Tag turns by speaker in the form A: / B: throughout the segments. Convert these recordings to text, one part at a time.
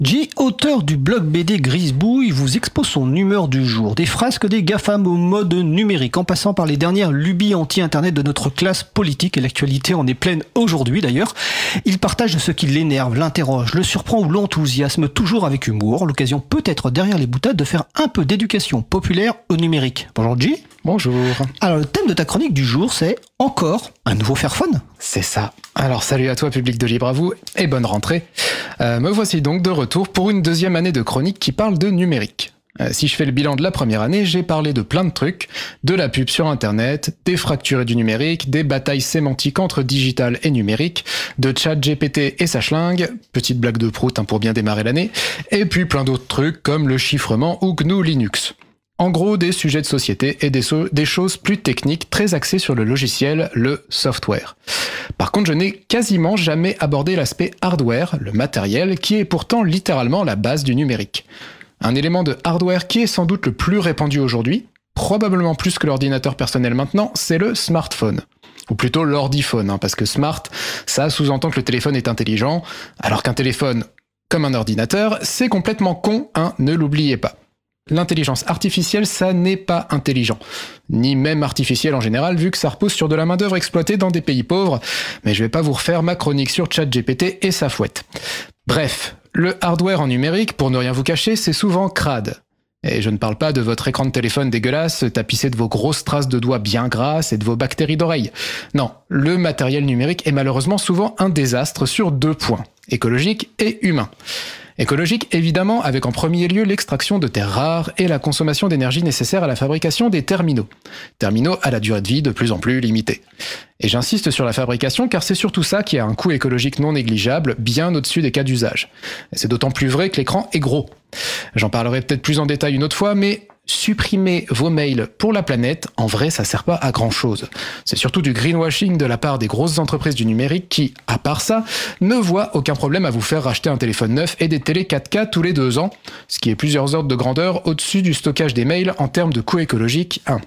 A: J, auteur du blog BD Grisebouille, vous expose son humeur du jour, des frasques des GAFAM au mode numérique, en passant par les dernières lubies anti-internet de notre classe politique, et l'actualité en est pleine aujourd'hui d'ailleurs. Il partage ce qui l'énerve, l'interroge, le surprend ou l'enthousiasme, toujours avec humour, l'occasion peut-être derrière les boutades de faire un peu d'éducation populaire au numérique. Bonjour J.
B: Bonjour.
A: Alors le thème de ta chronique du jour, c'est encore un nouveau Fairphone.
B: C'est ça. Alors salut à toi public de Libre à vous et bonne rentrée. Me voici donc de retour pour une deuxième année de chronique qui parle de numérique. Si je fais le bilan de la première année, j'ai parlé de plein de trucs, de la pub sur internet, des fractures du numérique, des batailles sémantiques entre digital et numérique, de ChatGPT et sa schlingue, petite blague de prout pour bien démarrer l'année, et puis plein d'autres trucs comme le chiffrement ou GNU Linux. En gros, des sujets de société et des choses plus techniques, très axées sur le logiciel, le software. Par contre, je n'ai quasiment jamais abordé l'aspect hardware, le matériel, qui est pourtant littéralement la base du numérique. Un élément de hardware qui est sans doute le plus répandu aujourd'hui, probablement plus que l'ordinateur personnel maintenant, c'est le smartphone. Ou plutôt l'ordiphone, parce que smart, ça sous-entend que le téléphone est intelligent, alors qu'un téléphone, comme un ordinateur, c'est complètement con, ne l'oubliez pas. L'intelligence artificielle, ça n'est pas intelligent. Ni même artificiel en général, vu que ça repose sur de la main-d'œuvre exploitée dans des pays pauvres. Mais je vais pas vous refaire ma chronique sur ChatGPT et sa fouette. Bref, le hardware en numérique, pour ne rien vous cacher, c'est souvent crade. Et je ne parle pas de votre écran de téléphone dégueulasse, tapissé de vos grosses traces de doigts bien grasses et de vos bactéries d'oreilles. Non, le matériel numérique est malheureusement souvent un désastre sur 2 points, écologique et humain. Écologique, évidemment, avec en premier lieu l'extraction de terres rares et la consommation d'énergie nécessaire à la fabrication des terminaux. Terminaux à la durée de vie de plus en plus limitée. Et j'insiste sur la fabrication car c'est surtout ça qui a un coût écologique non négligeable, bien au-dessus des cas d'usage. Et c'est d'autant plus vrai que l'écran est gros. J'en parlerai peut-être plus en détail une autre fois, mais supprimer vos mails pour la planète, en vrai, ça sert pas à grand-chose. C'est surtout du greenwashing de la part des grosses entreprises du numérique qui, à part ça, ne voient aucun problème à vous faire racheter un téléphone neuf et des télés 4K tous les 2 ans, ce qui est plusieurs ordres de grandeur au-dessus du stockage des mails en termes de coût écologique 1.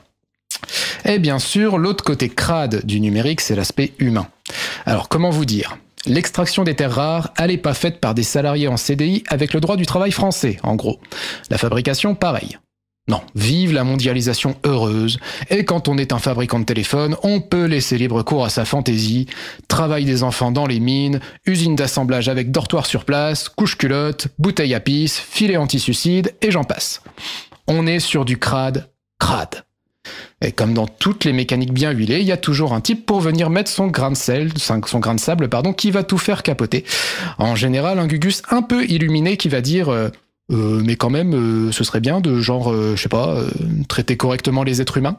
B: Et bien sûr, l'autre côté crade du numérique, c'est l'aspect humain. Alors, comment vous dire ? L'extraction des terres rares, elle n'est pas faite par des salariés en CDI avec le droit du travail français, en gros. La fabrication, pareil. Non, vive la mondialisation heureuse, et quand on est un fabricant de téléphone, on peut laisser libre cours à sa fantaisie, travail des enfants dans les mines, usine d'assemblage avec dortoir sur place, couche-culotte, bouteille à pisse, filet anti-suicide, et j'en passe. On est sur du crade. Et comme dans toutes les mécaniques bien huilées, il y a toujours un type pour venir mettre son grain de sable, qui va tout faire capoter. En général, un gugus un peu illuminé qui va dire mais quand même, ce serait bien de traiter correctement les êtres humains.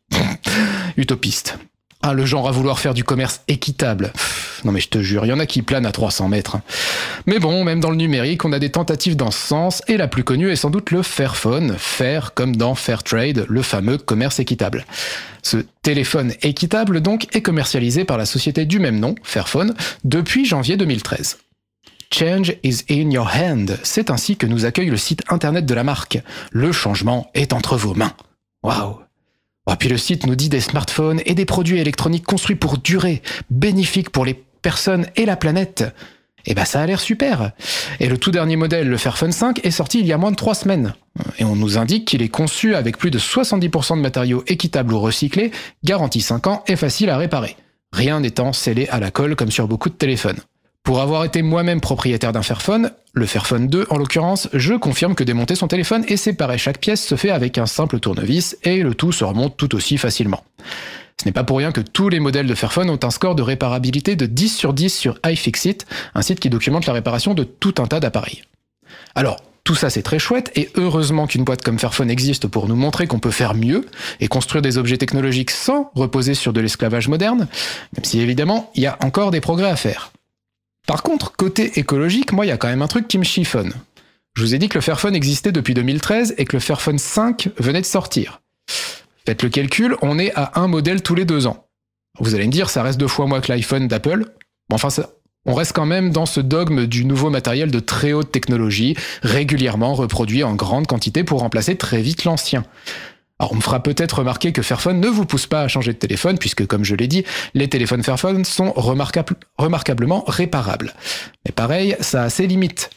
B: Utopiste. Le genre à vouloir faire du commerce équitable. Non mais je te jure, il y en a qui planent à 300 mètres. Mais bon, même dans le numérique, on a des tentatives dans ce sens, et la plus connue est sans doute le Fairphone, Fair comme dans Fairtrade, le fameux commerce équitable. Ce téléphone équitable donc est commercialisé par la société du même nom, Fairphone, depuis janvier 2013. Change is in your hand, c'est ainsi que nous accueille le site internet de la marque. Le changement est entre vos mains. Waouh! Puis le site nous dit des smartphones et des produits électroniques construits pour durer, bénéfiques pour les personnes et la planète. Et ça a l'air super. Et le tout dernier modèle, le Fairphone 5, est sorti il y a moins de 3 semaines. Et on nous indique qu'il est conçu avec plus de 70% de matériaux équitables ou recyclés, garantie 5 ans et facile à réparer. Rien n'étant scellé à la colle comme sur beaucoup de téléphones. Pour avoir été moi-même propriétaire d'un Fairphone, le Fairphone 2 en l'occurrence, je confirme que démonter son téléphone et séparer chaque pièce se fait avec un simple tournevis et le tout se remonte tout aussi facilement. Ce n'est pas pour rien que tous les modèles de Fairphone ont un score de réparabilité de 10 sur 10 sur iFixit, un site qui documente la réparation de tout un tas d'appareils. Alors, tout ça c'est très chouette et heureusement qu'une boîte comme Fairphone existe pour nous montrer qu'on peut faire mieux et construire des objets technologiques sans reposer sur de l'esclavage moderne, même si évidemment il y a encore des progrès à faire. Par contre, côté écologique, moi, il y a quand même un truc qui me chiffonne. Je vous ai dit que le Fairphone existait depuis 2013 et que le Fairphone 5 venait de sortir. Faites le calcul, on est à un modèle tous les 2 ans. Vous allez me dire, ça reste 2 fois moins que l'iPhone d'Apple. On reste quand même dans ce dogme du nouveau matériel de très haute technologie, régulièrement reproduit en grande quantité pour remplacer très vite l'ancien. Alors on me fera peut-être remarquer que Fairphone ne vous pousse pas à changer de téléphone, puisque comme je l'ai dit, les téléphones Fairphone sont remarquablement réparables. Mais pareil, ça a ses limites.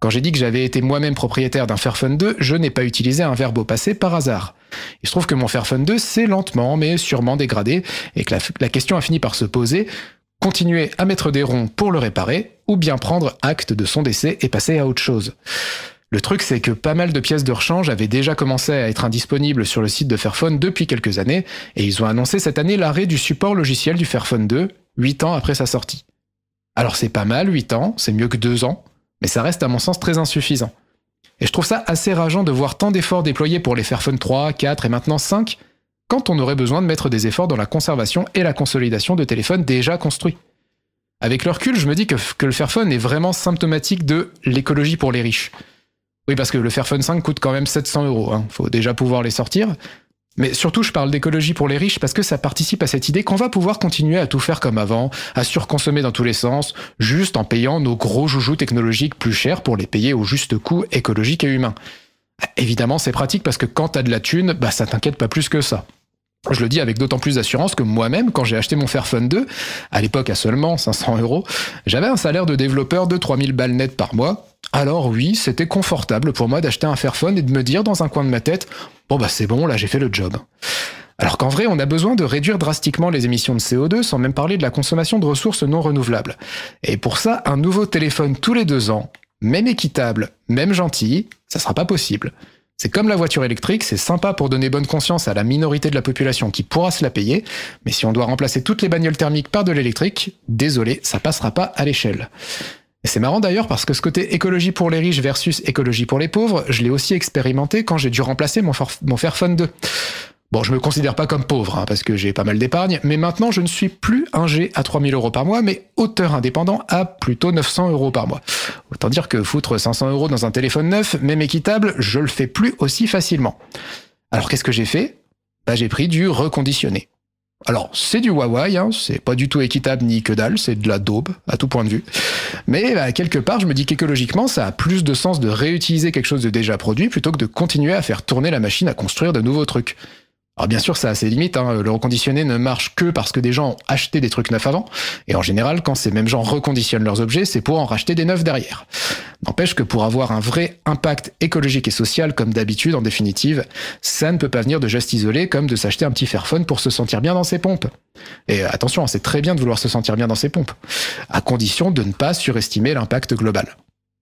B: Quand j'ai dit que j'avais été moi-même propriétaire d'un Fairphone 2, je n'ai pas utilisé un verbe au passé par hasard. Il se trouve que mon Fairphone 2 s'est lentement mais sûrement dégradé et que la question a fini par se poser: continuer à mettre des ronds pour le réparer ou bien prendre acte de son décès et passer à autre chose. Le truc, c'est que pas mal de pièces de rechange avaient déjà commencé à être indisponibles sur le site de Fairphone depuis quelques années, et ils ont annoncé cette année l'arrêt du support logiciel du Fairphone 2, 8 ans après sa sortie. Alors c'est pas mal, 8 ans, c'est mieux que 2 ans, mais ça reste à mon sens très insuffisant. Et je trouve ça assez rageant de voir tant d'efforts déployés pour les Fairphone 3, 4 et maintenant 5, quand on aurait besoin de mettre des efforts dans la conservation et la consolidation de téléphones déjà construits. Avec le recul, je me dis que le Fairphone est vraiment symptomatique de l'écologie pour les riches. Oui, parce que le Fairphone 5 coûte quand même 700 €, faut déjà pouvoir les sortir. Mais surtout, je parle d'écologie pour les riches parce que ça participe à cette idée qu'on va pouvoir continuer à tout faire comme avant, à surconsommer dans tous les sens, juste en payant nos gros joujoux technologiques plus chers pour les payer au juste coût écologique et humain. Évidemment, c'est pratique parce que quand t'as de la thune, ça t'inquiète pas plus que ça. Je le dis avec d'autant plus d'assurance que moi-même, quand j'ai acheté mon Fairphone 2, à l'époque à seulement 500 €, j'avais un salaire de développeur de 3000 balles net par mois. Alors oui, c'était confortable pour moi d'acheter un Fairphone et de me dire dans un coin de ma tête « Bon c'est bon, là j'ai fait le job ». Alors qu'en vrai, on a besoin de réduire drastiquement les émissions de CO2 sans même parler de la consommation de ressources non renouvelables. Et pour ça, un nouveau téléphone tous les 2 ans, même équitable, même gentil, ça sera pas possible. C'est comme la voiture électrique, c'est sympa pour donner bonne conscience à la minorité de la population qui pourra se la payer, mais si on doit remplacer toutes les bagnoles thermiques par de l'électrique, désolé, ça passera pas à l'échelle. Et c'est marrant d'ailleurs parce que ce côté écologie pour les riches versus écologie pour les pauvres, je l'ai aussi expérimenté quand j'ai dû remplacer mon Fairphone 2. Bon, je me considère pas comme pauvre, parce que j'ai pas mal d'épargne, mais maintenant je ne suis plus un G à 3000 € par mois, mais auteur indépendant à plutôt 900 € par mois. Autant dire que foutre 500 € dans un téléphone neuf, même équitable, je le fais plus aussi facilement. Alors qu'est-ce que j'ai fait ? J'ai pris du reconditionné. Alors, c'est du Huawei, c'est pas du tout équitable ni que dalle, c'est de la daube, à tout point de vue. Mais quelque part, je me dis qu'écologiquement, ça a plus de sens de réutiliser quelque chose de déjà produit plutôt que de continuer à faire tourner la machine à construire de nouveaux trucs. Alors bien sûr, ça a ses limites, le reconditionné ne marche que parce que des gens ont acheté des trucs neufs avant, et en général, quand ces mêmes gens reconditionnent leurs objets, c'est pour en racheter des neufs derrière. N'empêche que pour avoir un vrai impact écologique et social, comme d'habitude, en définitive, ça ne peut pas venir de gestes isolés comme de s'acheter un petit Fairphone pour se sentir bien dans ses pompes. Et attention, c'est très bien de vouloir se sentir bien dans ses pompes, à condition de ne pas surestimer l'impact global.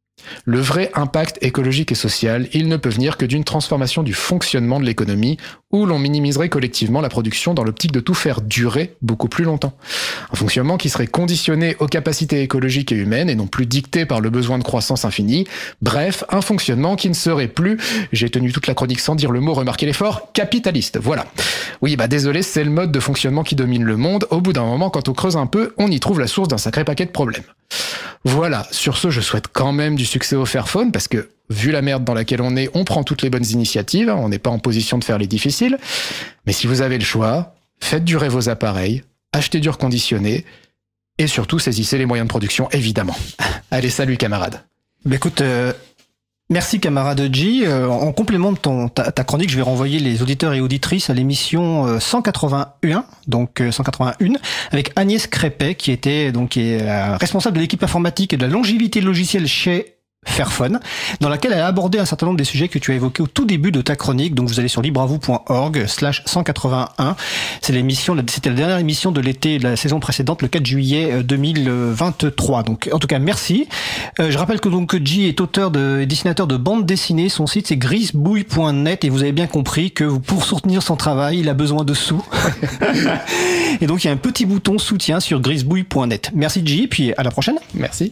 B: Le vrai impact écologique et social, il ne peut venir que d'une transformation du fonctionnement de l'économie où l'on minimiserait collectivement la production dans l'optique de tout faire durer beaucoup plus longtemps. Un fonctionnement qui serait conditionné aux capacités écologiques et humaines et non plus dicté par le besoin de croissance infinie. Bref, un fonctionnement qui ne serait plus, j'ai tenu toute la chronique sans dire le mot, remarquez l'effort, capitaliste, voilà. Oui, désolé, c'est le mode de fonctionnement qui domine le monde. Au bout d'un moment, quand on creuse un peu, on y trouve la source d'un sacré paquet de problèmes. Voilà, sur ce, je souhaite quand même du succès au Fairphone, parce que, vu la merde dans laquelle on est, on prend toutes les bonnes initiatives, on n'est pas en position de faire les difficiles, mais si vous avez le choix, faites durer vos appareils, achetez du reconditionné, et surtout saisissez les moyens de production, évidemment. Allez, salut camarades.
A: Écoute, merci camarade G. En complément de ta chronique, je vais renvoyer les auditeurs et auditrices à l'émission 181, donc 181, avec Agnès Crépet, qui est responsable de l'équipe informatique et de la longévité logicielle chez Fairphone, dans laquelle elle a abordé un certain nombre des sujets que tu as évoqués au tout début de ta chronique. Donc vous allez sur libravou.org/181. C'était la dernière émission de l'été de la saison précédente, le 4 juillet 2023. Donc en tout cas, merci. Je rappelle que G est auteur et dessinateur de bande dessinée. Son site c'est grisbouille.net et vous avez bien compris que pour soutenir son travail, il a besoin de sous. Et donc il y a un petit bouton soutien sur grisbouille.net. Merci G, puis à la prochaine.
B: Merci.